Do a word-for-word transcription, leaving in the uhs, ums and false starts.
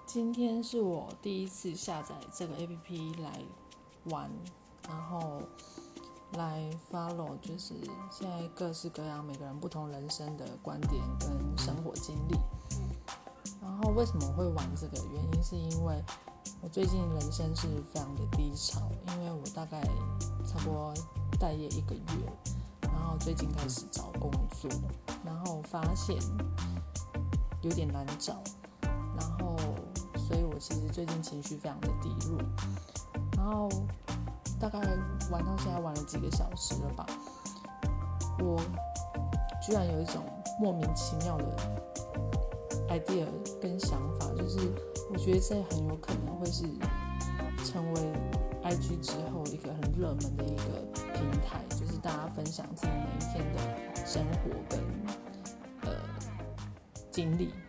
今天是我第一次下载这个 A P P 来玩，然后来 follow 就是现在各式各样每个人不同人生的观点跟生活经历。然后为什么我会玩这个？原因是因为我最近人生是非常的低潮，因为我大概差不多待业一个月，然后最近开始找工作，然后发现有点难找，然后所以我其实最近情绪非常的低落，然后大概玩到现在玩了几个小时了吧，我居然有一种莫名其妙的 idea 跟想法，就是我觉得这很有可能会是成为 I G 之后一个很热门的一个平台，就是大家分享自己每一天的生活跟呃经历。